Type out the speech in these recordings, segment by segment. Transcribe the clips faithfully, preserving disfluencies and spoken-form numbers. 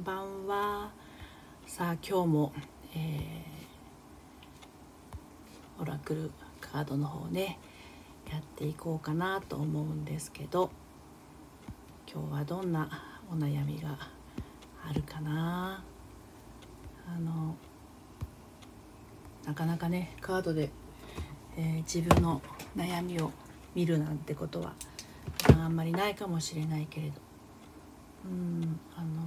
ばんは。さあ今日も、えー、オラクルカードの方ねやっていこうかなと思うんですけど、今日はどんなお悩みがあるかな。あのなかなかねカードで、えー、自分の悩みを見るなんてことはあんまりないかもしれないけれど、うんあの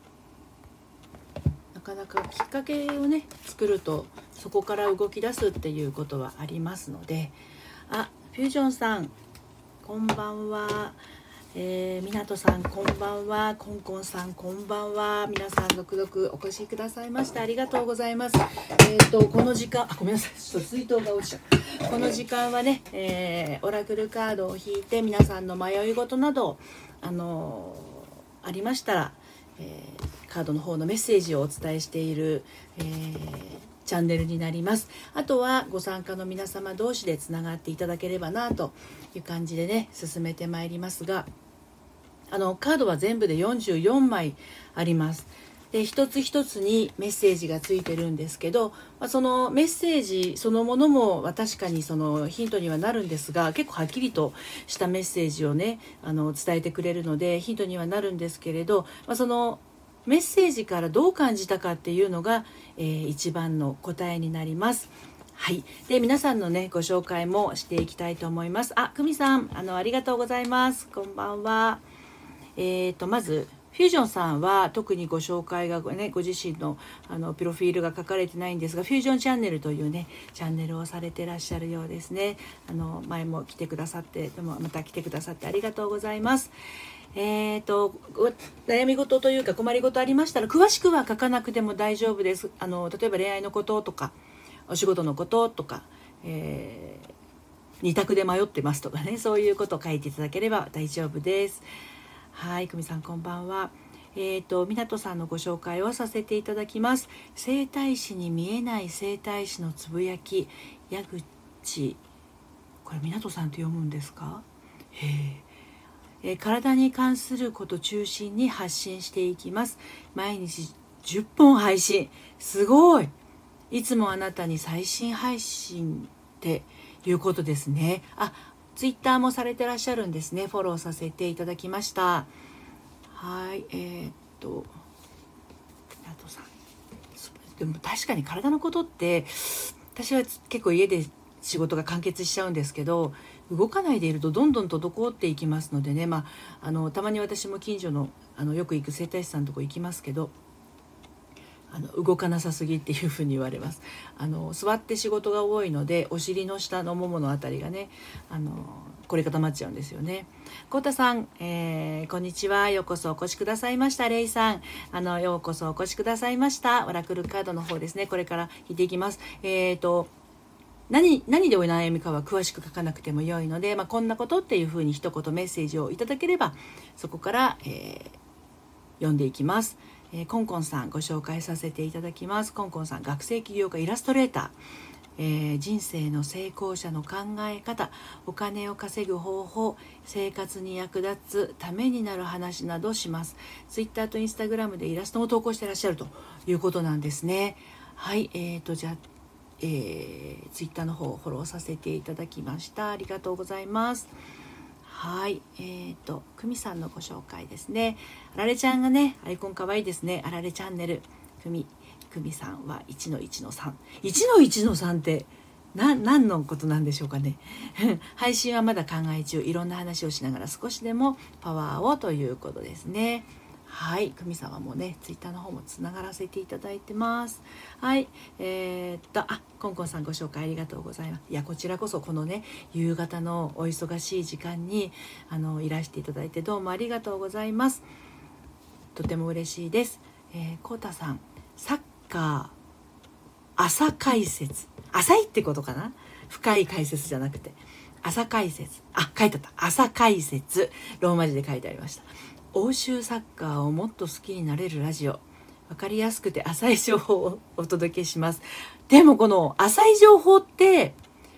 なかなかきっかけをね作るとそこから動き出すっていうことはありますので、あ、フュージョンさんこんばんは、えー、みなとさんこんばんは、コンコンさんこんばんは。皆さん続々お越しくださいましてありがとうございます。えーとこの時間あごめんなさいちょっと水筒が落ちちゃう。この時間はね、えー、オラクルカードを引いて皆さんの迷い事などあのー、ありましたら、えーカードの方のメッセージをお伝えしている、えー、チャンネルになります。あとはご参加の皆様同士でつながっていただければなという感じでね進めてまいりますが、あのカードは全部でよんじゅうよんまいあります。で一つ一つにメッセージがついてるんですけど、まあ、そのメッセージそのものも確かにそのヒントにはなるんですが、結構はっきりとしたメッセージをねあの伝えてくれるのでヒントにはなるんですけれど、まあ、そのメッセージからどう感じたかっていうのが、えー、一番の答えになります。はい、で皆さんのねご紹介もしていきたいと思います。あ、久美さん あのありがとうございます。こんばんは。えーとまずフュージョンさんは特にご紹介が、ね、ご自身 の, あのプロフィールが書かれてないんですが、フュージョンチャンネルというねチャンネルをされてらっしゃるようですね。あの前も来てくださってでもまた来てくださってありがとうございます。えーと悩み事というか困り事ありましたら詳しくは書かなくても大丈夫です。あの例えば恋愛のこととかお仕事のこととか、えー、二択で迷ってますとかね、そういうことを書いていただければ大丈夫です。はい、久美さんこんばんは。えーと湊さんのご紹介をさせていただきます。整体師に見えない整体師のつぶやき、矢口、これ湊さんと読むんですか？へー。えー、体に関すること中心に発信していきます。毎日じゅっぽん配信、すごい。いつもあなたに最新配信っていうことですね。あ、ツイッターもされてらっしゃるんですね。フォローさせていただきました。はい、えー、っとあとさんでも確かに体のことって私は結構家で仕事が完結しちゃうんですけど、動かないでいるとどんどん滞っていきますのでね、まあ、あのたまに私も近所 の, あのよく行く整体師さんのとこ行きますけど、あの動かなさすぎっていうふうに言われます。あの座って仕事が多いのでお尻の下のもものあたりがねあの凝り固まっちゃうんですよね。コウタさん、えー、こんにちは。ようこそお越しくださいました。レイさん、あのようこそお越しくださいました。オラクルカードの方ですね、これから引いていきます。えーと何, 何でお悩みかは詳しく書かなくても良いので、まあ、こんなことっていうふうに一言メッセージをいただければそこから、えー、読んでいきます。えー、コンコンさんご紹介させていただきます。コンコンさん、学生起業家イラストレーター、えー、人生の成功者の考え方、お金を稼ぐ方法、生活に役立つためになる話などします。ツイッターとインスタグラムでイラストも投稿していらっしゃるということなんですね。はい、えーとじゃあえー、ツイッターの方フォローさせていただきました。ありがとうございます。はい、えーと久美さんのご紹介ですね。あられちゃんがねアイコンかわいいですね。あられチャンネル、久美久美さんはいちのいちのさん、いちのいちのさんってな何のことなんでしょうかね。配信はまだ考え中、いろんな話をしながら少しでもパワーをということですね。はい、久美さんはもうねツイッターの方もつながらせていただいてます。はい、えー、っとあコンコンさんご紹介ありがとうございます。いやこちらこそこのね夕方のお忙しい時間にあのいらしていただいてどうもありがとうございます。とても嬉しいです。えー、コウタさん、サッカー朝解説、浅いってことかな、深い解説じゃなくて朝解説、あ書いてあった、朝解説ローマ字で書いてありました。欧州サッカーをもっと好きになれるラジオ、分かりやすくて浅い情報をお届けします。でもこの浅い情報って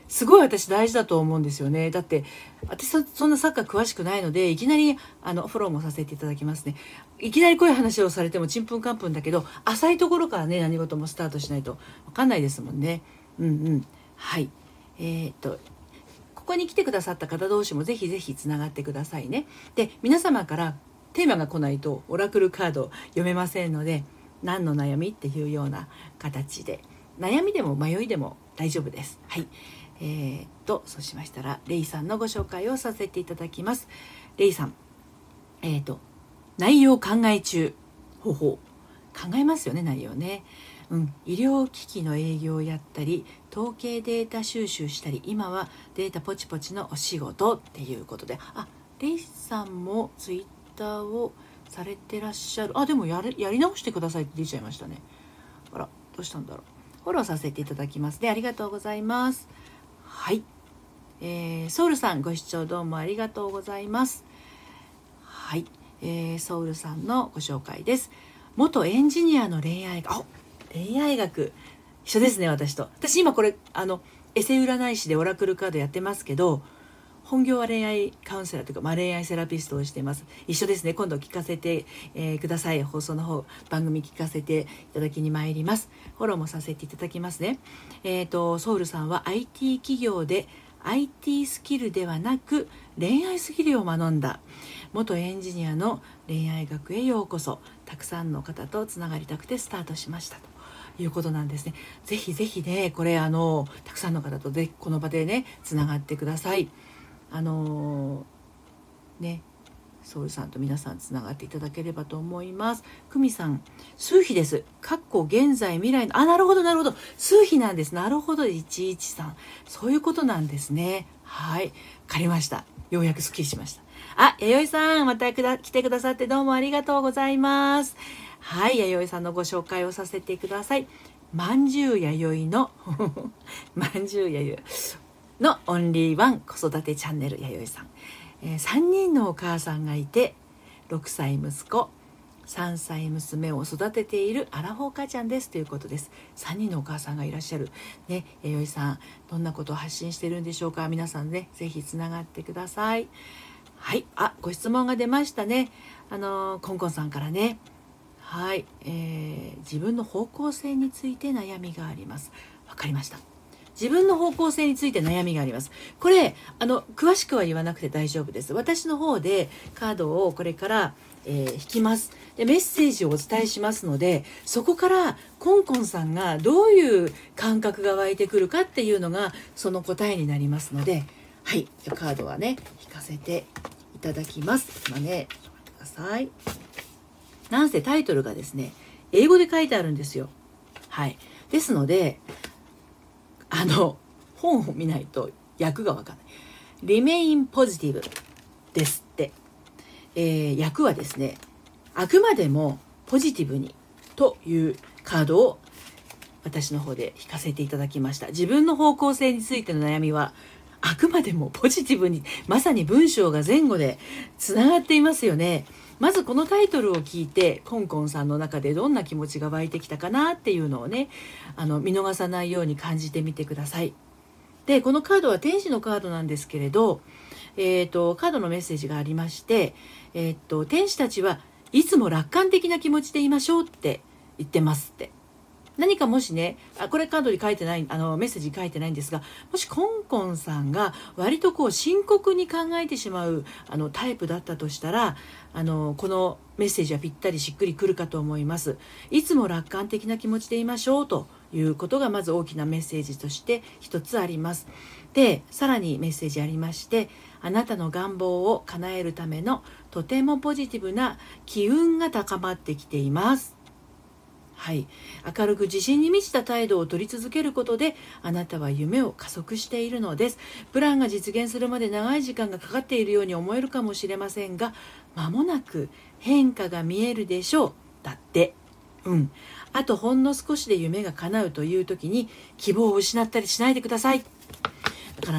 すごい私大事だと思うんですよね。だって私そんなサッカー詳しくないので、いきなりあのフォローもさせていただきますね。いきなりこういう話をされてもちんぷんかんぷんだけど、浅いところからね何事もスタートしないと分かんないですもんね。うんうん。はい。えー、っとここに来てくださった方同士もぜひぜひつながってくださいね。で、皆様からテーマが来ないとオラクルカード読めませんので、何の悩みっていうような形で、悩みでも迷いでも大丈夫です。はい。えー、っとそうしましたらレイさんのご紹介をさせていただきます。レイさん、えー、っと内容考え中。ほうほう、考えますよね、内容ね。うん、医療機器の営業をやったり、統計データ収集したり、今はデータポチポチのお仕事っていうことで、あ、レイさんもツイッターをされてらっしゃる。あ、でもやれやり直してくださいって出ちゃいましたね。あら、どうしたんだろう。フォローさせていただきますね。ありがとうございます。はい、えー、ソウルさんご視聴どうもありがとうございます。はい、えー、ソウルさんのご紹介です。元エンジニアの恋愛学、あ、恋愛学一緒ですね、私と。私今これあのエセ占い師でオラクルカードやってますけど、本業は恋愛カウンセラーというか、まあ、恋愛セラピストをしています。一緒ですね。今度聞かせて、えー、ください。放送の方、番組聞かせていただきに参ります。フォローもさせていただきますね。えっと、ソウルさんは アイティー 企業で アイティー スキルではなく恋愛スキルを学んだ元エンジニアの恋愛学へようこそ。たくさんの方とつながりたくてスタートしましたということなんですね。ぜひぜひね、これあのたくさんの方とぜひこの場でねつながってください。あのー、ね、ソウルさんと皆さんつながっていただければと思います。久美さん、数比です。過去、現在、未来の、あ、なるほど、なるほど。数比なんです。なるほど、いちいちさん。そういうことなんですね。はい。わかりました。ようやくすっきりしました。あ、弥生さん、また来てくださってどうもありがとうございます。はい、弥生さんのご紹介をさせてください。まんじゅう弥生の、まんじゅう弥生。のオンリーワン子育てチャンネル弥生さん、えー、さんにんのお母さんがいてろくさい息子さんさい娘を育てているアラフォー母ちゃんですということです。さんにんのお母さんがいらっしゃるね、弥生さんどんなことを発信しているんでしょうか。皆さんねぜひつながってください。はい、あ、ご質問が出ましたね。あのー、コンコンさんからね。はい、えー、自分の方向性について悩みがあります。わかりました。自分の方向性について悩みがあります。これあの詳しくは言わなくて大丈夫です。私の方でカードをこれから、えー、引きます。でメッセージをお伝えしますので、そこからコンコンさんがどういう感覚が湧いてくるかっていうのがその答えになりますので、はい、じゃカードはね引かせていただきます。今ね、ちょっと待ってください。なんせタイトルがですね英語で書いてあるんですよ。はい、ですのであの本を見ないと訳が分かんない。Remain Positive ですって、えー、訳はですね、あくまでもポジティブにというカードを私の方で引かせていただきました。自分の方向性についての悩みはあくまでもポジティブに、まさに文章が前後でつながっていますよね。まずこのタイトルを聞いてコンコンさんの中でどんな気持ちが湧いてきたかなっていうのをね、あの見逃さないように感じてみてください。でこのカードは天使のカードなんですけれど、えーと、カードのメッセージがありまして、えーと、天使たちはいつも楽観的な気持ちでいましょうって言ってますって。何かもしね、あ、これカードに書いてない、あのメッセージに書いてないんですが、もしコンコンさんが割とこう深刻に考えてしまうあのタイプだったとしたら、あのこのメッセージはぴったりしっくりくるかと思います。いつも楽観的な気持ちでいましょうということがまず大きなメッセージとして一つあります。で、さらにメッセージありまして、あなたの願望を叶えるためのとてもポジティブな機運が高まってきています。はい、明るく自信に満ちた態度を取り続けることであなたは夢を加速しているのです。プランが実現するまで長い時間がかかっているように思えるかもしれませんが、間もなく変化が見えるでしょう。だってうん、あとほんの少しで夢が叶うという時に希望を失ったりしないでください。だからね、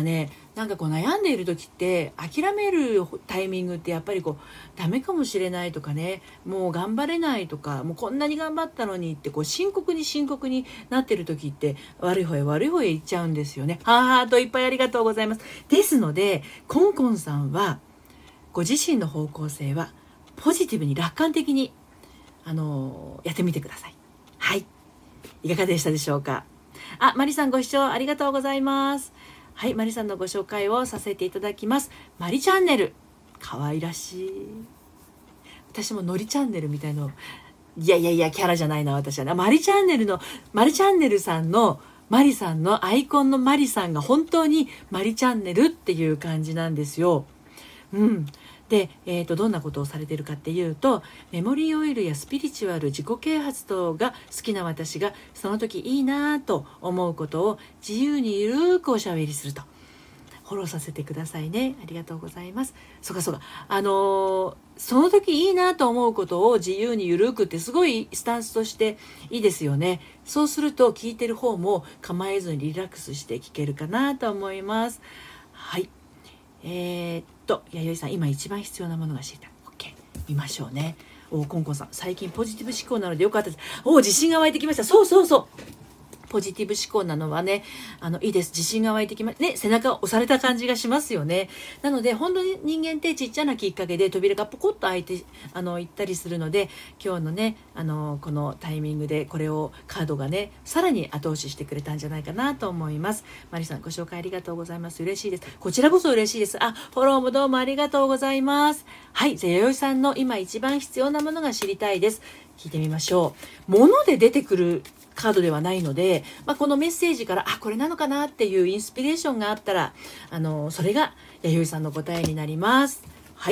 なんかこう悩んでいる時って諦めるタイミングってやっぱりこうダメかもしれないとかね、もう頑張れないとか、もうこんなに頑張ったのにってこう深刻に深刻になってる時って悪い方へ悪い方へ行っちゃうんですよね。ハートいっぱいありがとうございます。ですのでコンコンさんはご自身の方向性はポジティブに楽観的にあのやってみてください。はい、いかがでしたでしょうか。あ、マリさんご視聴ありがとうございます。はい、マリさんのご紹介をさせていただきます。マリチャンネル、可愛らしい。私もノリチャンネルみたいの、いやいやいやキャラじゃないな私はね。マリチャンネルのマリチャンネルさんのマリさんのアイコンのマリさんが本当にマリチャンネルっていう感じなんですよ。うん。で、えーと、どんなことをされているかっていうと、メモリーオイルやスピリチュアル、自己啓発等が好きな私がその時いいなと思うことを自由にゆるーくおしゃべりすると。フォローさせてくださいね。ありがとうございます。そうかそうか。あのー、その時いいなと思うことを自由にゆるくってすごいスタンスとしていいですよね。そうすると聞いてる方も構えずにリラックスして聞けるかなと思います。はい。えー、っと弥生さん、今一番必要なものが知りたい。 OK、 見ましょうね。おコンコンさん、最近ポジティブ思考なのでよかったです。お自信が湧いてきました。そうそうそう、ポジティブ思考なのはね、あのいいです。自信が湧いてきまね、背中を押された感じがしますよね。なので本当に人間ってちっちゃなきっかけで扉がポコッと開いてあの行ったりするので、今日のねあのこのタイミングでこれをカードがねさらに後押ししてくれたんじゃないかなと思います。マリさんご紹介ありがとうございます。嬉しいです。こちらこそ嬉しいです。あ、フォローもどうもありがとうございます。はい、じゃあ弥生さんの今一番必要なものが知りたいです。聞いてみましょう。物で出てくるカードではないので、まあ、このメッセージからあこれなのかなっていうインスピレーションがあったら、あのそれが弥生さんの答えになります。はい。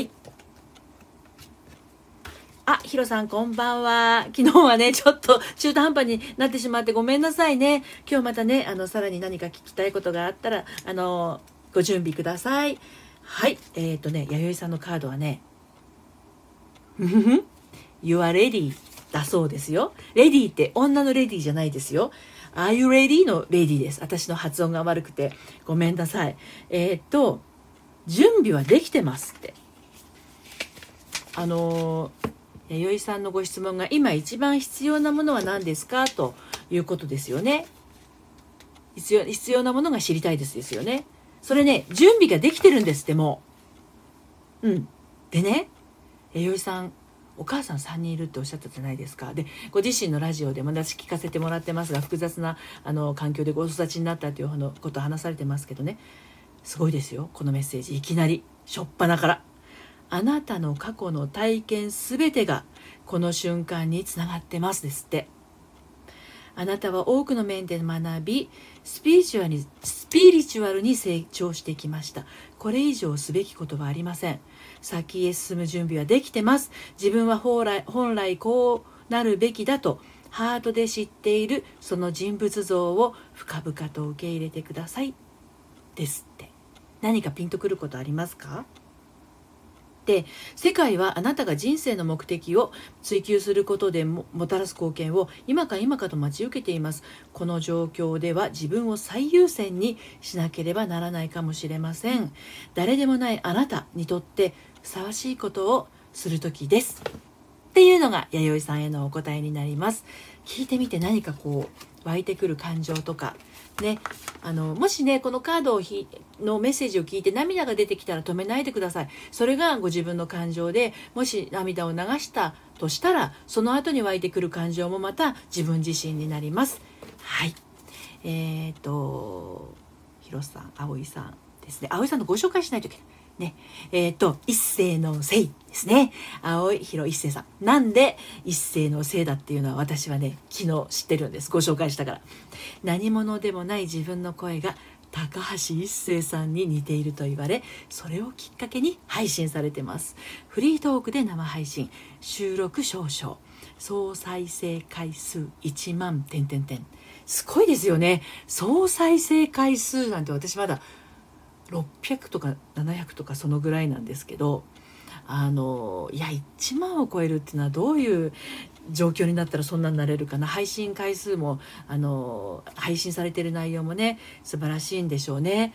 あ、ヒロさんこんばんは。昨日はねちょっと中途半端になってしまってごめんなさいね。今日またねあのさらに何か聞きたいことがあったらあのご準備ください。はい。えっ、ー、とね弥生さんのカードはねYou are readyだそうですよ。レディーって女のレディーじゃないですよ。Are you ready のレディーです。私の発音が悪くてごめんなさい。えー、っと準備はできてますって。あの弥生さんのご質問が今一番必要なものは何ですかということですよね。必要、必要なものが知りたいですですよね。それね準備ができてるんですって。もううんでね弥生さんお母さんさんにんいるっておっしゃったじゃないですか。でご自身のラジオでも私聞かせてもらってますが、複雑なあの環境でご育ちになったということを話されてますけどね、すごいですよこのメッセージ。いきなりしょっぱなから、あなたの過去の体験すべてがこの瞬間につながってますですって。あなたは多くの面で学びスピリチュアルにスピリチュアルに成長してきました。これ以上すべきことはありません。先へ進む準備はできてます。自分は本来、本来こうなるべきだとハートで知っているその人物像を深々と受け入れてくださいですって。何かピンとくることありますか？で世界はあなたが人生の目的を追求することで も, もたらす貢献を今か今かと待ち受けています。この状況では自分を最優先にしなければならないかもしれません。誰でもないあなたにとってふさわしいことをする時ですっていうのが弥生さんへのお答えになります。聞いてみて何かこう湧いてくる感情とかね、あのもしねこのカードをひのメッセージを聞いて涙が出てきたら止めないでください。それがご自分の感情で、もし涙を流したとしたらその後に湧いてくる感情もまた自分自身になります。はい、えーとひろさん、あおいさんですね。あおいさんのご紹介しないといけないね。えっ、ー、と一世のせいですね。青いひろ一世さん。なんで一世のせいだっていうのは私はね昨日知ってるんです。ご紹介したから。何者でもない自分の声が高橋一生さんに似ていると言われ、それをきっかけに配信されてます。フリートークで生配信、収録少々、総再生回数いちまん点点点。すごいですよね。総再生回数なんて私まだろっぴゃくとかななひゃくとかそのぐらいなんですけど、あのいやいちまんを超えるっていうのはどういう状況になったらそんなになれるかな。配信回数もあの配信されている内容もね素晴らしいんでしょうね。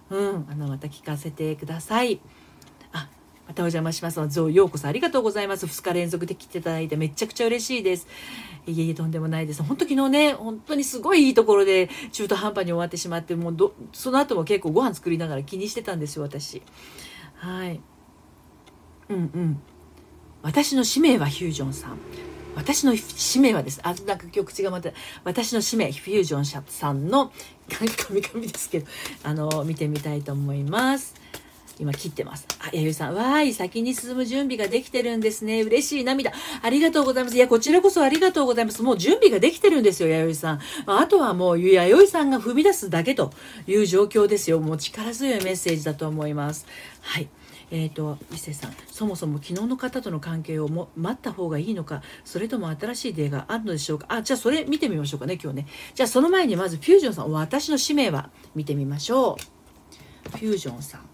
うん、あのまた聞かせてください。あ、またお邪魔します。ゾウようこそありがとうございます。ふつか連続で来ていただいてめちゃくちゃ嬉しいです。いえいえ、とんでもないです。本当昨日ね、本当にすごいいいところで中途半端に終わってしまって、もうどその後も結構ご飯作りながら気にしてたんですよ、私。はい。うんうん。私の使命はフュージョンさん。私の使命はです。あ、なんか今日口がまた、私の使命、フュージョンさんの、カミカミですけど、あの、見てみたいと思います。今切ってます。あ、弥生さん、わーい、先に進む準備ができてるんですね。嬉しい涙。ありがとうございます。いや、こちらこそありがとうございます。もう準備ができてるんですよ、弥生さん。あとはもう、弥生さんが踏み出すだけという状況ですよ。もう力強いメッセージだと思います。はい。えーと、伊勢さん、そもそも昨日の方との関係をも待った方がいいのか、それとも新しい出会いがあるのでしょうか。あ、じゃあそれ見てみましょうかね、今日ね。じゃあその前にまずフュージョンさん、私の使命は見てみましょう。フュージョンさん。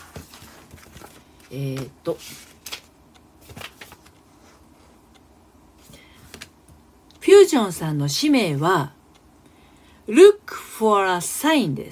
えーと、フュージョンさんの使命は、look for a sign です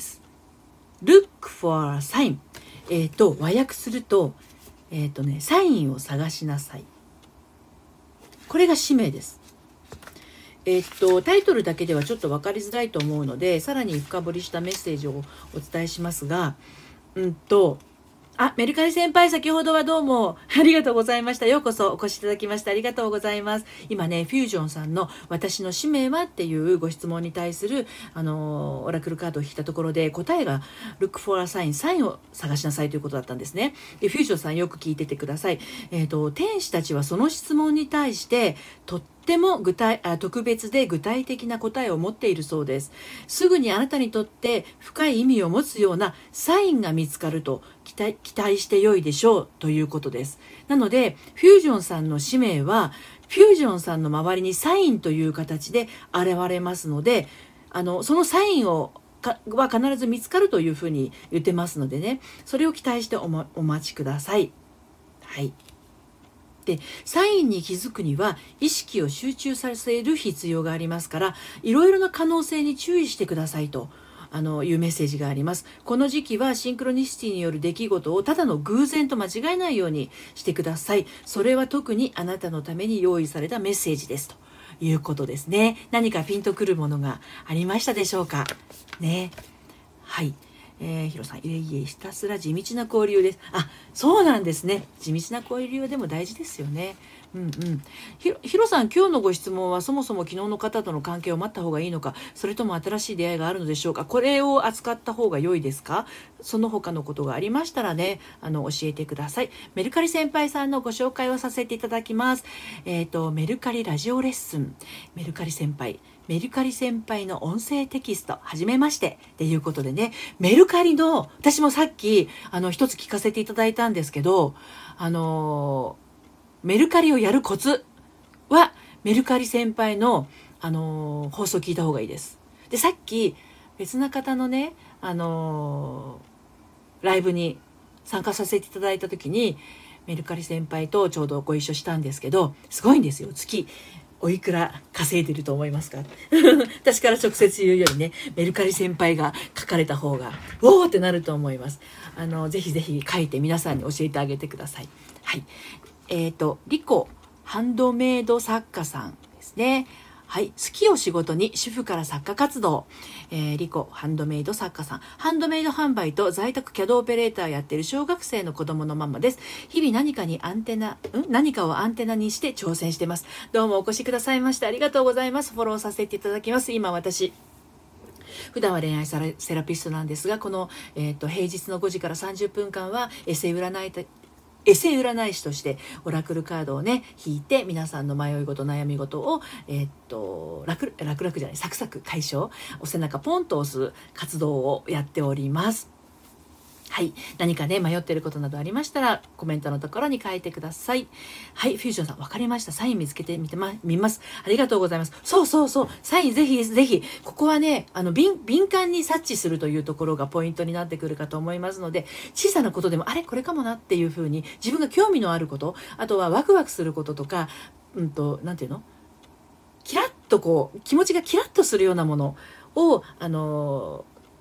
。look for a sign。えっと、和訳すると、えっとね、サインを探しなさい。これが使命です。えっと、タイトルだけではちょっと分かりづらいと思うので、さらに深掘りしたメッセージをお伝えしますが、うんと、あ、メルカリ先輩、先ほどはどうもありがとうございました。ようこそお越しいただきましてありがとうございます。今ね、フュージョンさんの私の使命はっていうご質問に対する、あの、オラクルカードを引いたところで答えが Look for a sign、サインを探しなさいということだったんですね。で、フュージョンさんよく聞いててください。えっと、天使たちはその質問に対してとってとても具体あ特別で具体的な答えを持っているそうです。すぐにあなたにとって深い意味を持つようなサインが見つかると期待、期待してよいでしょうということです。なのでフュージョンさんの使命はフュージョンさんの周りにサインという形で現れますので、あのそのサインをは必ず見つかるというふうに言ってますのでね、それを期待して お, ま、お待ちください。はい。でサインに気づくには意識を集中させる必要がありますから、いろいろな可能性に注意してくださいとあのいうメッセージがあります。この時期はシンクロニシティによる出来事をただの偶然と間違えないようにしてください。それは特にあなたのために用意されたメッセージですということですね。何かピンとくるものがありましたでしょうかね。はい。えー、ヒロさん、いえいえ、ひたすら地道な交流です。あ、そうなんですね。地道な交流でも大事ですよね。うんうん。ひろ、ヒロさん、今日のご質問はそもそも昨日の方との関係を待った方がいいのか、それとも新しい出会いがあるのでしょうか。これを扱った方が良いですか。その他のことがありましたらね、あの、教えてください。メルカリ先輩さんのご紹介をさせていただきます。えっと、メルカリラジオレッスン。メルカリ先輩。メルカリ先輩の音声テキスト、はじめましてっていうことでね、メルカリの、私もさっき、あの、一つ聞かせていただいたんですけど、あの、メルカリをやるコツは、メルカリ先輩の、あの、放送聞いた方がいいです。で、さっき、別な方のね、あの、ライブに参加させていただいた時に、メルカリ先輩とちょうどご一緒したんですけど、すごいんですよ、月。おいくら稼いでると思いますか私から直接言うよりね、メルカリ先輩が書かれた方がおーってなると思います。あのぜひぜひ書いて皆さんに教えてあげてください。はい。えっとリコハンドメイド作家さんですね。はい、好きを仕事に主婦から作家活動、えー、リコハンドメイド作家さん、ハンドメイド販売と在宅キャドオペレーターやっている小学生の子供のママです。日々何かにアンテナ、ん何かをアンテナにして挑戦してます。どうもお越しくださいましてありがとうございます。フォローさせていただきます。今私普段は恋愛セラピストなんですが、この、えー、と平日のごじからさんじゅっぷんかんはエセ占いエセ占い師としてオラクルカードをね引いて皆さんの迷い事悩み事をえー、っと楽楽々じゃないサクサク解消、お背中ポンと押す活動をやっております。はい、何かね迷っていることなどありましたらコメントのところに書いてください。はい、フュージョンさん分かりました。サイン見つけてみてまみます。ありがとうございます。そうそうそう、サインぜひぜひ、ここはねあの敏敏感に察知するというところがポイントになってくるかと思いますので、小さなことでもあれこれかもなっていうふうに自分が興味のあること、あとはワクワクすることとか、うんとなんていうの、キラッとこう気持ちがキラッとするようなものをあの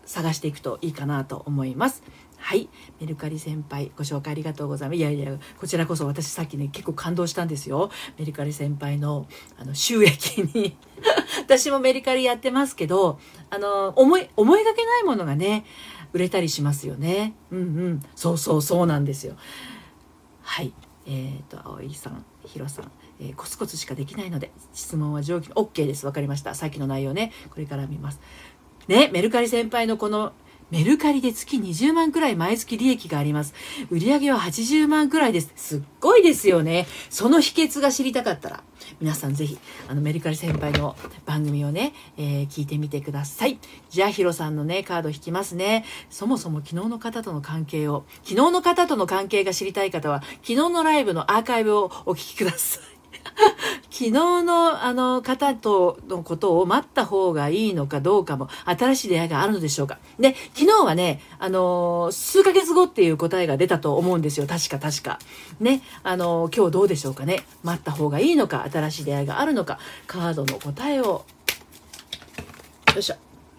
探していくといいかなと思います。はい、メルカリ先輩ご紹介ありがとうございます。いやいや、こちらこそ私さっきね結構感動したんですよ。メルカリ先輩のあの収益に私もメルカリやってますけど、あの思い思いがけないものがね売れたりしますよね。うんうん、そうそうそうなんですよ。はい、えっ、ー、と葵さん、ひろさん、えー、コツコツしかできないので質問は上記の OK です。わかりました。さっきの内容ねこれから見ますね。メルカリ先輩のこのメルカリで月にじゅうまんくらい毎月利益があります。売上ははちじゅうまんくらいです。すっごいですよね。その秘訣が知りたかったら皆さんぜひあのメルカリ先輩の番組をね、えー、聞いてみてください。じゃあヒロさんのねカード引きますね。そもそも昨日の方との関係を昨日の方との関係が知りたい方は昨日のライブのアーカイブをお聞きください。昨日のあの方とのことを待った方がいいのかどうかも新しい出会いがあるのでしょうか。で、昨日はね、あのー、数ヶ月後っていう答えが出たと思うんですよ。確か確か。ね、あのー、今日どうでしょうかね。待った方がいいのか、新しい出会いがあるのか、カードの答えを。よいしょ。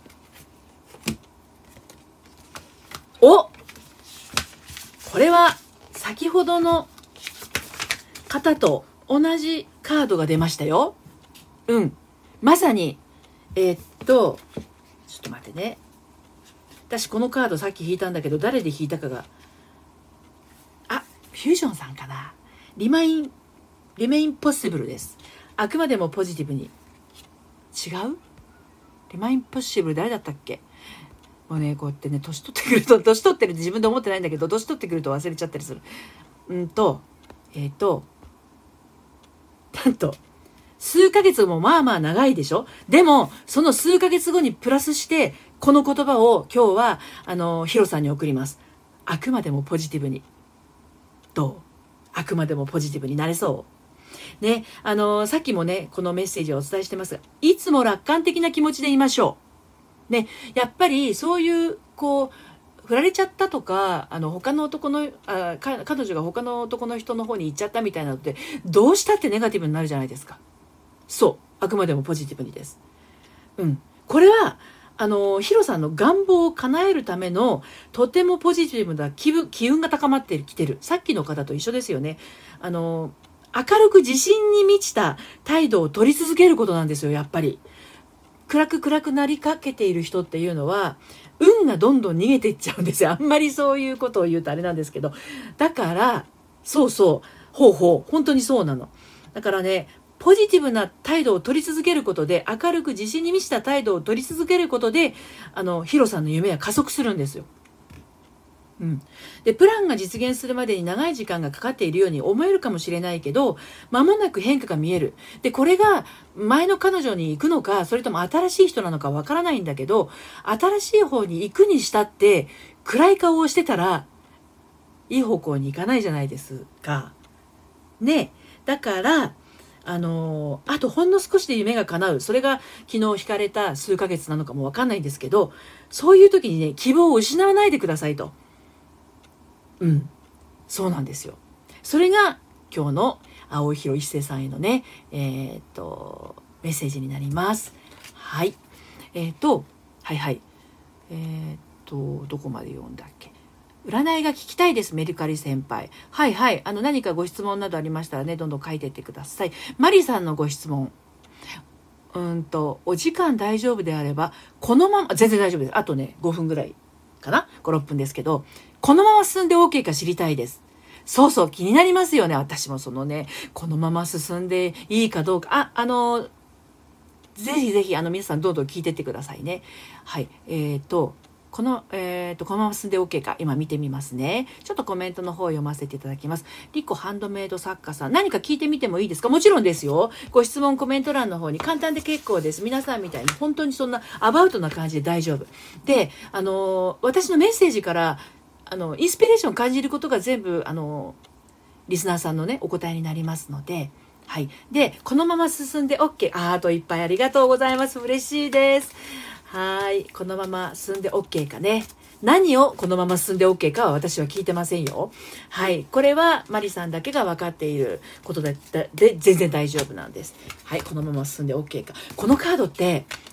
お！これは先ほどの方と同じカードが出ましたよ。うん。まさに、えー、っと、ちょっと待ってね。私このカードさっき引いたんだけど、誰で引いたかが、あ、フュージョンさんかな。リマイン、リメインポッシブルです。あくまでもポジティブに。違う？リマインポッシブル誰だったっけ？もうね、こうやってね、年取ってくると、年取ってるって自分で思ってないんだけど、年取ってくると忘れちゃったりする。うんと、えー、っと、なんと数ヶ月もまあまあ長いでしょ。でもその数ヶ月後にプラスしてこの言葉を今日はあのヒロさんに送ります。あくまでもポジティブに。どう？あくまでもポジティブになれそうね。あのさっきもねこのメッセージをお伝えしてますが、いつも楽観的な気持ちでいましょうね。やっぱりそういうこう振られちゃったとか、あの他の男のあ彼女が他の男の人の方に行っちゃったみたいなのってどうしたってネガティブになるじゃないですか。そう、あくまでもポジティブにです。うん、これはあのヒロさんの願望を叶えるためのとてもポジティブな気分機運が高まってきてる。さっきの方と一緒ですよね。あの明るく自信に満ちた態度を取り続けることなんですよ。やっぱり暗く暗くなりかけている人っていうのは運がどんどん逃げていっちゃうんですよ。あんまりそういうことを言うとあれなんですけど、だからそうそうほうほう本当にそうなの。だからねポジティブな態度を取り続けることで、明るく自信に満ちた態度を取り続けることで、あのヒロさんの夢は加速するんですよ。うん、でプランが実現するまでに長い時間がかかっているように思えるかもしれないけど、間もなく変化が見える。でこれが前の彼女に行くのか、それとも新しい人なのかわからないんだけど、新しい方に行くにしたって暗い顔をしてたらいい方向に行かないじゃないですかね。だからあのあとほんの少しで夢が叶う、それが昨日引かれた数ヶ月なのかもわかんないんですけど、そういう時にね希望を失わないでくださいと。うん、そうなんですよ。それが今日の青井博一世さんへのね、えー、っとメッセージになります。はい、えー、っとはいはい、えー、っとどこまで読んだっけ。占いが聞きたいです、メルカリ先輩。はいはい、あの何かご質問などありましたらね、どんどん書いていってください。マリさんのご質問。うんとお時間大丈夫であればこのまま全然大丈夫です。あとねごふんぐらいかな、ご、ろっぷんですけど、このまま進んで OK か知りたいです。そうそう気になりますよね。私もそのねこのまま進んでいいかどうか、ああのぜひぜひあの皆さんどんどん聞いてってくださいね。はいえーとこの、えーと、このまま進んで OK か今見てみますね。ちょっとコメントの方を読ませていただきます。リコハンドメイド作家さん、何か聞いてみてもいいですか？もちろんですよ。ご質問コメント欄の方に簡単で結構です。皆さんみたいに本当にそんなアバウトな感じで大丈夫で、あの私のメッセージからあのインスピレーションを感じることが全部あのリスナーさんのねお答えになりますので、はい。でこのまま進んで OK。 あーといっぱいありがとうございます。嬉しいです。はい、このまま進んで OK かね。何をこのまま進んで OK かは私は聞いてませんよ。はい、これはマリさんだけが分かっていることで、で全然大丈夫なんです。はい、このまま進んで OK か。このカードって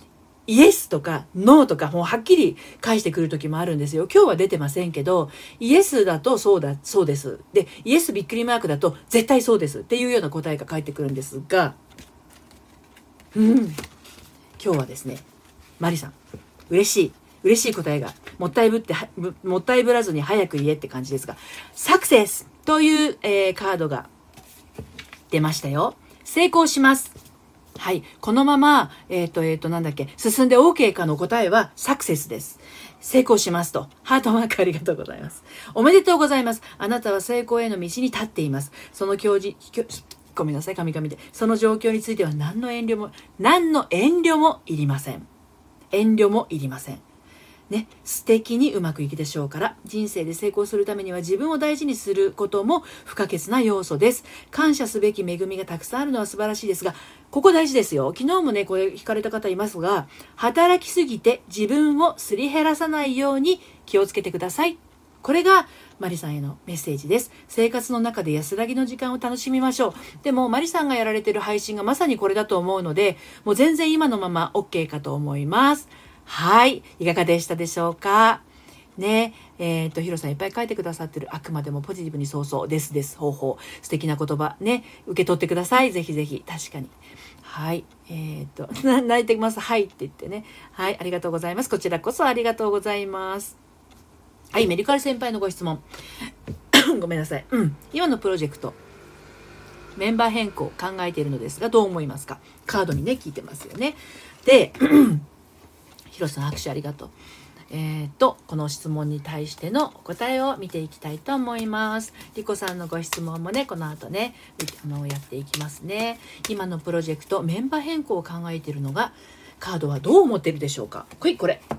イエスとかノーとかもうはっきり返してくる時もあるんですよ。今日は出てませんけど、イエスだとそうだ、そうです。で、イエスびっくりマークだと絶対そうですっていうような答えが返ってくるんですが、うん、今日はですね、マリさん、嬉しい。嬉しい答えが、もったいぶって、もったいぶらずに早く言えって感じですが、サクセスという、えー、カードが出ましたよ。成功します。はい。このまま、えっ、ー、と、えっ、ー、と、なんだっけ、進んで OK かの答えはサクセスです。成功しますと。ハートマークありがとうございます。おめでとうございます。あなたは成功への道に立っています。その教示、ごめんなさい、神々で。その状況については何の遠慮も、何の遠慮もいりません。遠慮もいりません。ね、素敵にうまくいくでしょうから、人生で成功するためには自分を大事にすることも不可欠な要素です。感謝すべき恵みがたくさんあるのは素晴らしいですが、ここ大事ですよ。昨日もね、これ聞かれた方いますが、働きすぎて自分をすり減らさないように気をつけてください。これがマリさんへのメッセージです。生活の中で安らぎの時間を楽しみましょう。でもマリさんがやられている配信がまさにこれだと思うので、もう全然今のまま OK かと思います。はい。いかがでしたでしょうかね。えっ、ー、と、ヒロさんいっぱい書いてくださってる。あくまでもポジティブにそうそうですです。方法。素敵な言葉ね。受け取ってください。ぜひぜひ。確かに。はい。えっ、ー、と、泣いてます。はいって言ってね。はい。ありがとうございます。こちらこそありがとうございます。はい。メルカリ先輩のご質問。ごめんなさい。うん。今のプロジェクト。メンバー変更考えているのですが、どう思いますか？カードにね、聞いてますよね。で、ヒロさん拍手ありがとう。えーと、この質問に対してのお答えを見ていきたいと思います。リコさんのご質問もね、この後ね、あのやっていきますね。今のプロジェクト、メンバー変更を考えているのが、カードはどう思っているでしょうか？こい、これ。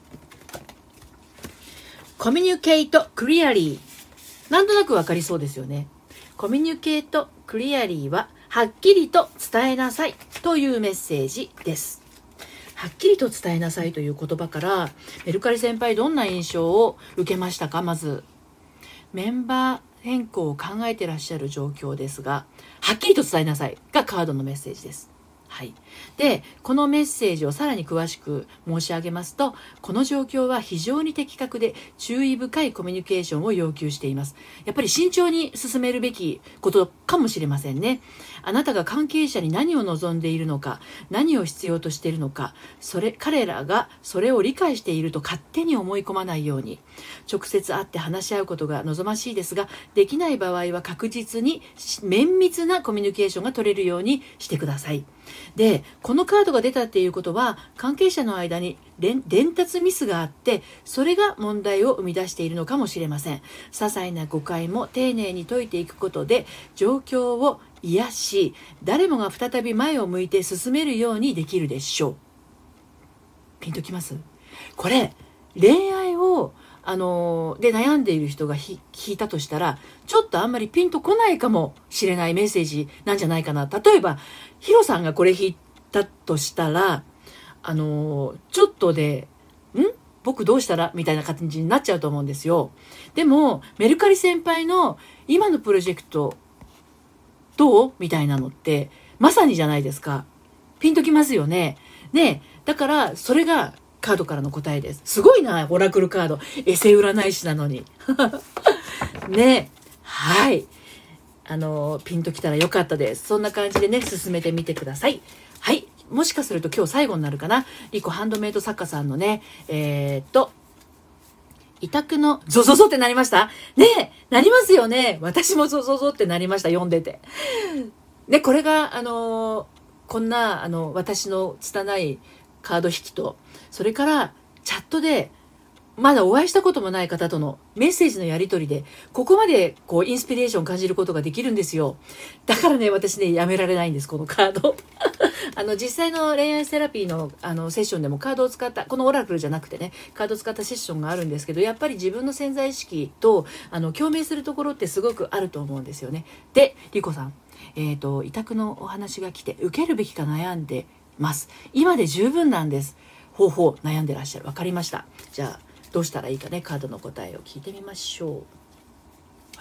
コミュニケートクリアリー。なんとなくわかりそうですよね。コミュニケートクリアリーは、はっきりと伝えなさいというメッセージです。はっきりと伝えなさいという言葉からメルカリ先輩どんな印象を受けましたか？まずメンバー変更を考えてらっしゃる状況ですが、はっきりと伝えなさいがカードのメッセージです。はい、でこのメッセージをさらに詳しく申し上げますと、この状況は非常に的確で注意深いコミュニケーションを要求しています。やっぱり慎重に進めるべきことかもしれませんね。あなたが関係者に何を望んでいるのか、何を必要としているのか、それ彼らがそれを理解していると勝手に思い込まないように、直接会って話し合うことが望ましいですが、できない場合は確実に綿密なコミュニケーションが取れるようにしてください。でこのカードが出たっていうことは、関係者の間に伝達ミスがあって、それが問題を生み出しているのかもしれません。些細な誤解も丁寧に解いていくことで状況を癒し、誰もが再び前を向いて進めるようにできるでしょう。ピンときます？これ恋愛をあので悩んでいる人が引いたとしたら、ちょっとあんまりピンとこないかもしれないメッセージなんじゃないかな。例えばヒロさんがこれ引いたとしたら、あのちょっとでん僕どうしたらみたいな感じになっちゃうと思うんですよ。でもメルカリ先輩の今のプロジェクトどうみたいなのってまさにじゃないですか。ピンときますよね。ね、だからそれがカードからの答えです。すごいな、オラクルカード。エセ占い師なのに。ね。はい。あの、ピンときたらよかったです。そんな感じでね、進めてみてください。はい。もしかすると今日最後になるかな。リコハンドメイド作家さんのね、えー、っと、委託のゾゾゾってなりましたねえ、なりますよね。私もゾゾゾってなりました。読んでて。ね、これが、あの、こんな、あの、私の拙いカード引きと、それからチャットでまだお会いしたこともない方とのメッセージのやり取りで、ここまでこうインスピレーションを感じることができるんですよ。だからね、私ね、やめられないんです、このカード。あの実際の恋愛セラピーのあのセッションでもカードを使った、このオラクルじゃなくてね、カードを使ったセッションがあるんですけど、やっぱり自分の潜在意識とあの共鳴するところってすごくあると思うんですよね。で、リコさん、えっと委託のお話が来て、受けるべきか悩んでます。今で十分なんです。方法悩んでらっしゃる。わかりました。じゃあどうしたらいいかね、カードの答えを聞いてみましょう。はい。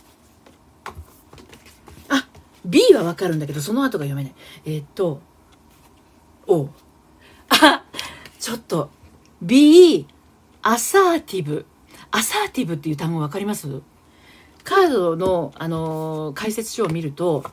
あ、B はわかるんだけどその後が読めない。えー、っとおあちょっと be アサーティブ、アサーティブっていう単語わかります？カードの、あのー、解説書を見ると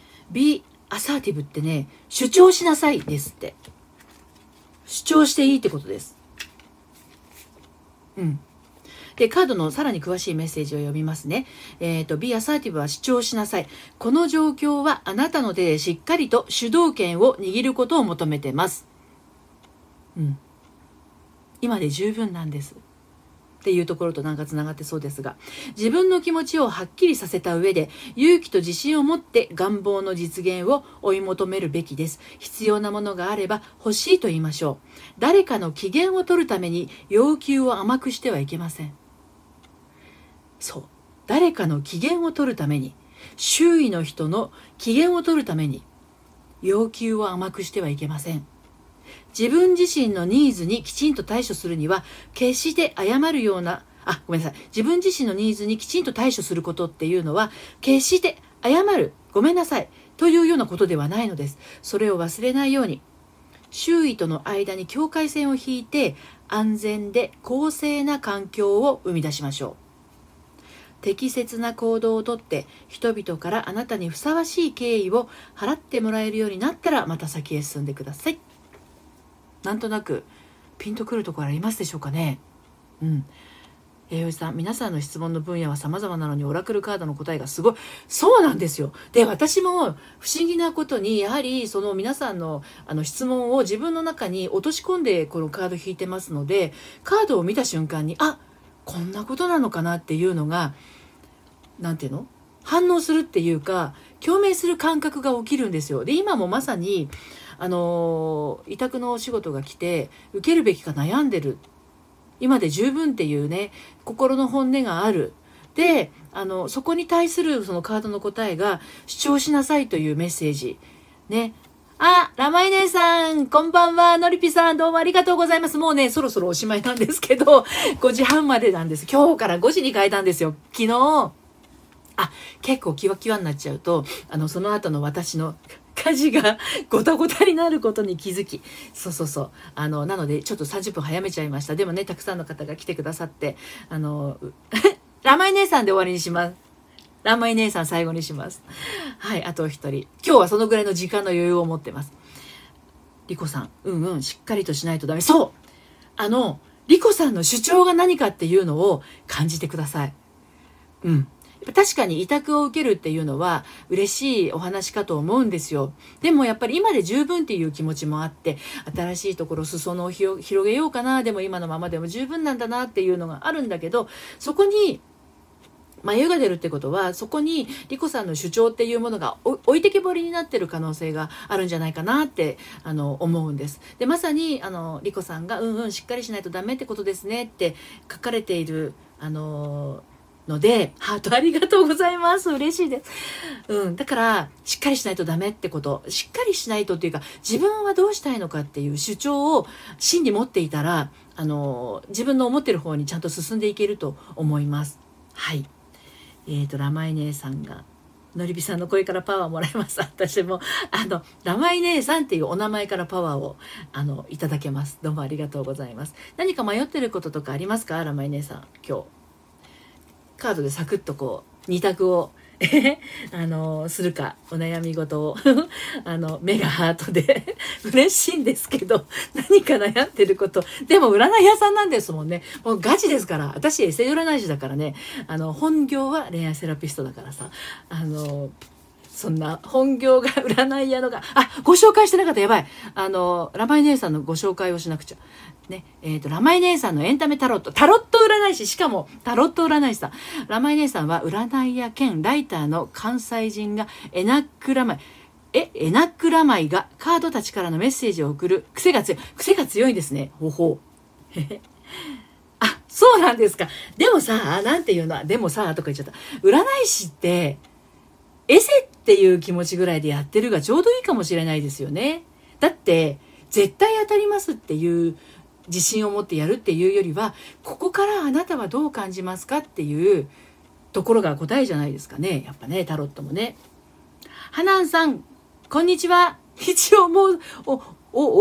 be アサーティブってね、主張しなさいですって。主張していいってことです。うん。で、カードのさらに詳しいメッセージを読みますね。えっと、be assertive は主張しなさい。この状況はあなたの手でしっかりと主導権を握ることを求めてます。うん。今で十分なんです。っていうところとなんかつながってそうですが、自分の気持ちをはっきりさせた上で、勇気と自信を持って願望の実現を追い求めるべきです。必要なものがあれば欲しいと言いましょう。誰かの機嫌を取るために要求を甘くしてはいけません。そう。誰かの機嫌を取るために、周囲の人の機嫌を取るために、要求を甘くしてはいけません。自分自身のニーズにきちんと対処するには、決して謝るような、あ、ごめんなさい。自分自身のニーズにきちんと対処することっていうのは、決して謝る、ごめんなさい、というようなことではないのです。それを忘れないように、周囲との間に境界線を引いて、安全で公正な環境を生み出しましょう。適切な行動をとって人々からあなたにふさわしい敬意を払ってもらえるようになったらまた先へ進んでください。なんとなくピンとくるところありますでしょうかね。うん。栄養士さん、皆さんの質問の分野は様々なのにオラクルカードの答えがすごい。そうなんですよ。で、私も不思議なことに、やはりその皆さんのあの質問を自分の中に落とし込んでこのカード引いてますので、カードを見た瞬間に、あ、こんなことなのかなっていうのが、なんていうの？反応するっていうか、共鳴する感覚が起きるんですよ。で、今もまさに、あのー、委託のお仕事が来て、受けるべきか悩んでる。今で十分っていうね、心の本音がある。で、あの、そこに対するそのカードの答えが、主張しなさいというメッセージ。ね。あ、ラマイ姉さん、こんばんは。のりぴさん、どうもありがとうございます。もうね、そろそろおしまいなんですけど、ごじはんまでなんです。今日からごじに変えたんですよ。昨日、あ、結構キワキワになっちゃうと、あの、その後の私の家事がごたごたになることに気づき、そうそうそう。あの、なので、ちょっとさんじゅっぷん早めちゃいました。でもね、たくさんの方が来てくださって、あの、ラマイ姉さんで終わりにします。ラマイ姉さん最後にします。はい、あと一人。今日はそのぐらいの時間の余裕を持ってます。リコさん、うんうん、しっかりとしないとダメ。そう！あの、リコさんの主張が何かっていうのを感じてください。うん。確かに委託を受けるっていうのは嬉しいお話かと思うんですよ。でもやっぱり今で十分っていう気持ちもあって、新しいところ裾野を広げようかな、でも今のままでも十分なんだなっていうのがあるんだけど、そこに迷いが出るってことは、そこにリコさんの主張っていうものが置いてけぼりになってる可能性があるんじゃないかなってあの思うんです。で、まさにあのリコさんがうんうんしっかりしないとダメってことですねって書かれているあのので、ハートありがとうございます。嬉しいです。うん。だから、しっかりしないとダメってこと。しっかりしないとっていうか、自分はどうしたいのかっていう主張を真に持っていたら、あの、自分の思ってる方にちゃんと進んでいけると思います。はい。えっと、ラマイ姉さんが、のりびさんの声からパワーもらいます。私も、あの、ラマイ姉さんっていうお名前からパワーを、あの、いただけます。どうもありがとうございます。何か迷ってることとかありますか？ラマイ姉さん、今日。カードでサクッとこう二択をあのするか、お悩み事をあの目がハートで嬉しいんですけど、何か悩んでること、でも占い屋さんなんですもんね。もうガチですから。私エセ占い師だからね。あの本業は恋愛セラピストだからさ、あのそんな本業が占い屋のが、あ、ご紹介してなかった、やばい。あのラマイ姉さんのご紹介をしなくちゃね。えっとラマイ姉さんのエンタメタロット、タロット占い師、しかもタロット占い師さん。ラマイ姉さんは占い屋兼ライターの関西人がエナックラマイえエナックラマイがカードたちからのメッセージを送る癖が強い癖が強いんですね。ほほうあ、そうなんですか。でもさ、なんていうの、でもさとか言っちゃった。占い師ってエセっていう気持ちぐらいでやってるがちょうどいいかもしれないですよね。だって絶対当たりますっていう自信を持ってやるっていうよりは、ここからあなたはどう感じますかっていうところが答えじゃないですかね。やっぱね、タロットもね。ハナンさん、こんにちは。一応もうおおお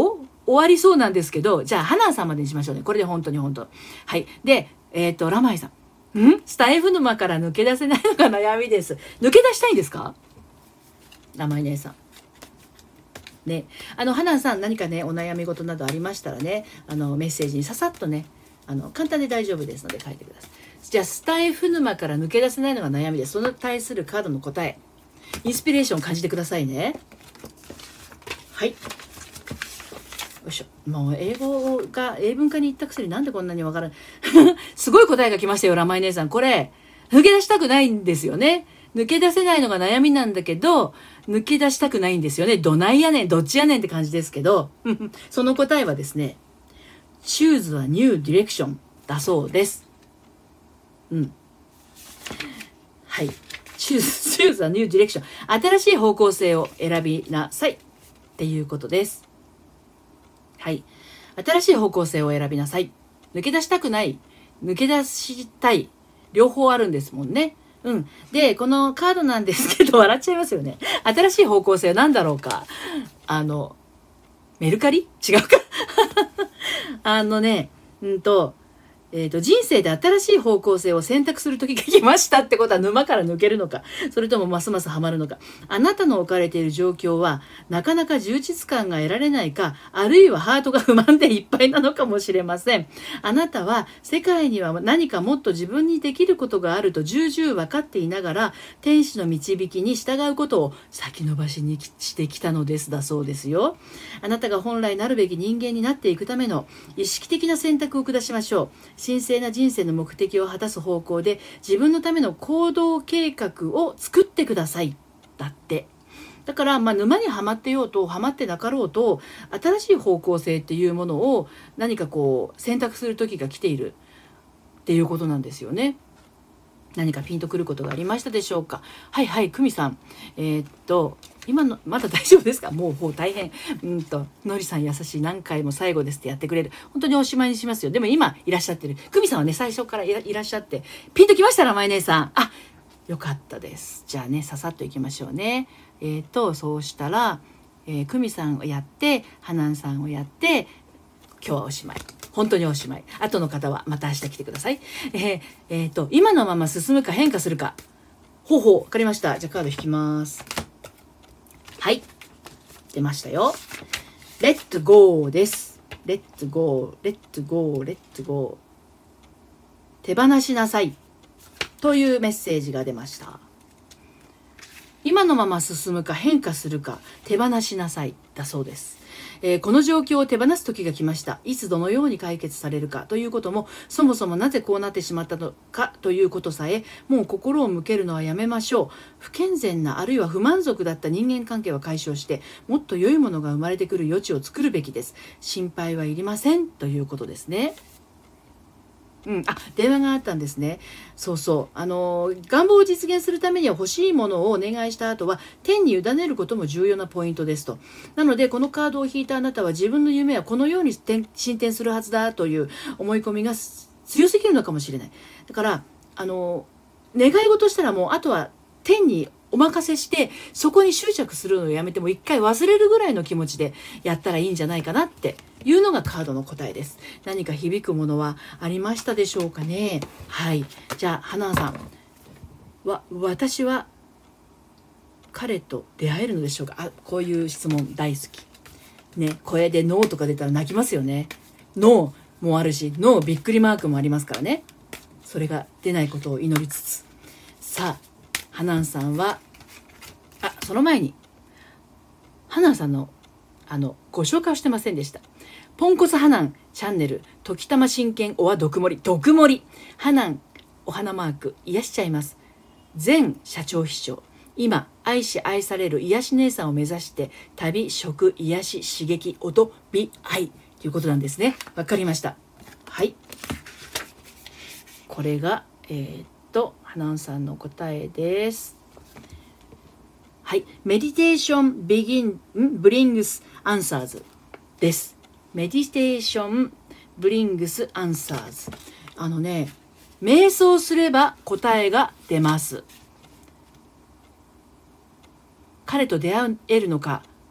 終わりそうなんですけど、じゃあ花さんまでにしましょうね。これで本当に本当。はい。で、えっと、ラマイさん。んスタイフ沼から抜け出せないのが悩みです。抜け出したいんですか？ラマイ姉さん。ね。あの、花さん何かね、お悩み事などありましたらね、あの、メッセージにささっとね、あの、簡単で大丈夫ですので書いてください。じゃあ、スタイフ沼から抜け出せないのが悩みです。その対するカードの答え。インスピレーションを感じてくださいね。はい。よいしょ。もう英語が英文化に行ったくせになんでこんなにわからないすごい答えが来ましたよ、ラマイ姉さん。これ抜け出したくないんですよね。抜け出せないのが悩みなんだけど、抜け出したくないんですよね。どないやねん、どっちやねんって感じですけどその答えはですね、 Choose a new direction だそうです。うん。はい。Choose, choose a new direction。新しい方向性を選びなさいっていうことです。はい。新しい方向性を選びなさい。抜け出したくない。抜け出したい。両方あるんですもんね。うん。で、このカードなんですけど、笑っちゃいますよね。新しい方向性は何だろうか。あの、メルカリ？違うかあのね、うんと、えーと、人生で新しい方向性を選択する時が来ましたってことは沼から抜けるのか、それともますますハマるのか。あなたの置かれている状況はなかなか充実感が得られないか、あるいはハートが不満でいっぱいなのかもしれません。あなたは世界には何かもっと自分にできることがあると重々分かっていながら、天使の導きに従うことを先延ばしにしてきたのですだそうですよ。あなたが本来なるべき人間になっていくための意識的な選択を下しましょう。神聖な人生の目的を果たす方向で自分のための行動計画を作ってください。だって。だから、まあ、沼にはまってようとはまってなかろうと、新しい方向性っていうものを何かこう選択する時が来ているっていうことなんですよね。何かピンとくることがありましたでしょうか。はいはい、久美さん。えー、っと、今の、まだ大丈夫ですか？もう、もう大変。うんと、のりさん優しい。何回も最後ですってやってくれる。本当におしまいにしますよ。でも今、いらっしゃってる。久美さんはね、最初からいら、いらっしゃって、ピンときましたら、まい姉さん。あ、よかったです。じゃあね、ささっといきましょうね。えー、っと、そうしたら、えー、久美さんをやって、はなんさんをやって、今日はおしまい。本当におしまい。後の方はまた明日来てください。えー、えー、と、今のまま進むか変化するか。ほうほう、わかりました。じゃあカード引きます。はい。出ましたよ。レッツゴーです。レッツゴー、レッツゴー、レッツゴー。手放しなさい。というメッセージが出ました。今のまま進むか変化するか手放しなさいだそうです。えー、この状況を手放す時が来ました。いつどのように解決されるかということも、そもそもなぜこうなってしまったのかということさえ、もう心を向けるのはやめましょう。不健全なあるいは不満足だった人間関係は解消して、もっと良いものが生まれてくる余地を作るべきです。心配はいりませんということですね。うん、あ、電話があったんですね。そうそう。あの、願望を実現するためには欲しいものをお願いした後は、天に委ねることも重要なポイントですと。なので、このカードを引いたあなたは自分の夢はこのように進展するはずだという思い込みが強すぎるのかもしれない。だから、あの、願い事したらもう、あとは天にお任せして、そこに執着するのをやめても一回忘れるぐらいの気持ちでやったらいいんじゃないかなっていうのがカードの答えです。何か響くものはありましたでしょうかね。はい。じゃあ、花さんは、私は彼と出会えるのでしょうか。あ、こういう質問大好き。ね、声でノーとか出たら泣きますよね。ノーもあるし、ノーびっくりマークもありますからね。それが出ないことを祈りつつ。さあ、花さんは、あ、その前に、花さんの、あの、ご紹介をしてませんでした。ポンコツ花チャンネル、時たま真剣おは毒盛り、毒盛り、花お花マーク、癒しちゃいます。前社長秘書、今、愛し愛される癒し姉さんを目指して、旅、食、癒し、刺激、音、美、愛、ということなんですね。わかりました。はい。これが、えー、っと、花さんの答えです。はい。メディテーション begin brings answers です。メディテーション brings answers。あのね、瞑想すれば答えが出ます。彼と出会えるのか、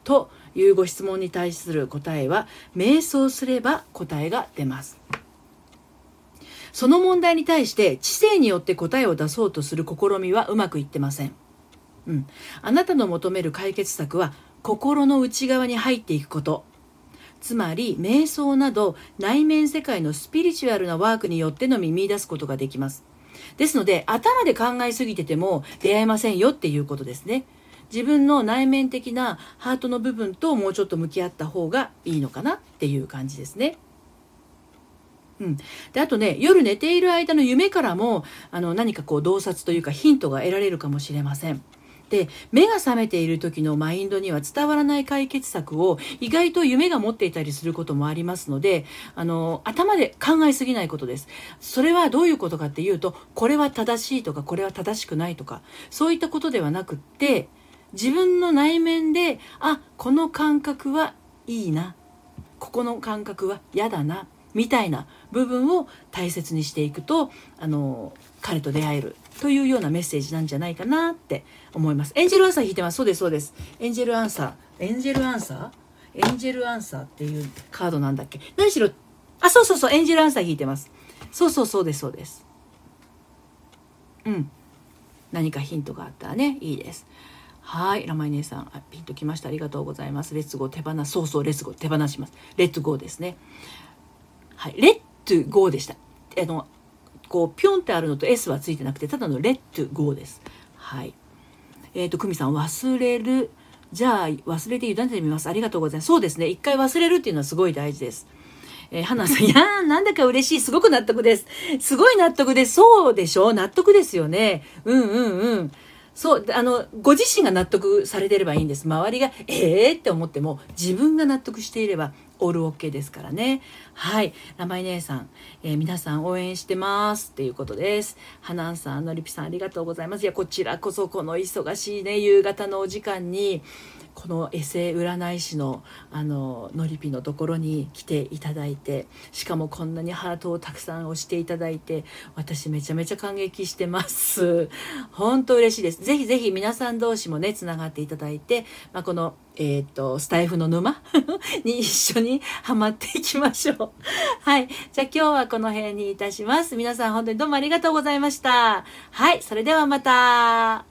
というご質問に対する答えは、瞑想すれば答えが出ます。その問題に対して知性によって答えを出そうとする試みはうまくいってません。うん、あなたの求める解決策は心の内側に入っていくこと。つまり瞑想など内面世界のスピリチュアルなワークによってのみ見出すことができます。ですので頭で考えすぎてても出会えませんよっていうことですね。自分の内面的なハートの部分ともうちょっと向き合った方がいいのかなっていう感じですね。うん、であとね、夜寝ている間の夢からもあの何かこう洞察というかヒントが得られるかもしれません。で、目が覚めている時のマインドには伝わらない解決策を意外と夢が持っていたりすることもありますので、あの頭で考えすぎないことです。それはどういうことかっていうと、これは正しいとかこれは正しくないとかそういったことではなくって、自分の内面で、あ、この感覚はいいな、ここの感覚は嫌だなみたいな部分を大切にしていくと、あの彼と出会えるというようなメッセージなんじゃないかなって思います。エンジェルアンサー引いてます。そうですそうです。エンジェルアンサーエンジェルアンサーエンジェルアンサーっていうカードなんだっけ。何しろ、あ、そうそうそう、エンジェルアンサー引いてます。そうそうそうですそうです。うん、何かヒントがあったらね、いいです。はい、ラマイ姉さん、ピンときました。ありがとうございます。レッツゴー、手放す。そうそう、レッツゴー、手放します。レッツゴーですね。はい、レッツゴーでした。あのこうピョンってあるのと S はついてなくて、ただのレッツゴーです。はい。えっ、ー、と、久美さん、忘れる。じゃあ、忘れて委ねてみます。ありがとうございます。そうですね。一回忘れるっていうのはすごい大事です。えー、花さん、いやー、なんだか嬉しい。すごく納得です。すごい納得です。そうでしょ？納得ですよね。うんうんうん。そう、あの、ご自身が納得されてればいいんです。周りが、えーって思っても、自分が納得していれば、オールオッケーですからね。はい。名前姉さん、えー、皆さん応援してますっていうことです。はなんさん、のりぴさん、ありがとうございます。いや、こちらこそ、この忙しいね、夕方のお時間に、このエセ占い師のあののりぴのところに来ていただいて、しかもこんなにハートをたくさん押していただいて、私めちゃめちゃ感激してます。本当嬉しいです。ぜひぜひ皆さん同士もねつながっていただいて、まあ、このえー、っとスタイフの沼に一緒にハマっていきましょう。はい、じゃあ今日はこの辺にいたします。皆さん本当にどうもありがとうございました。はい、それではまた。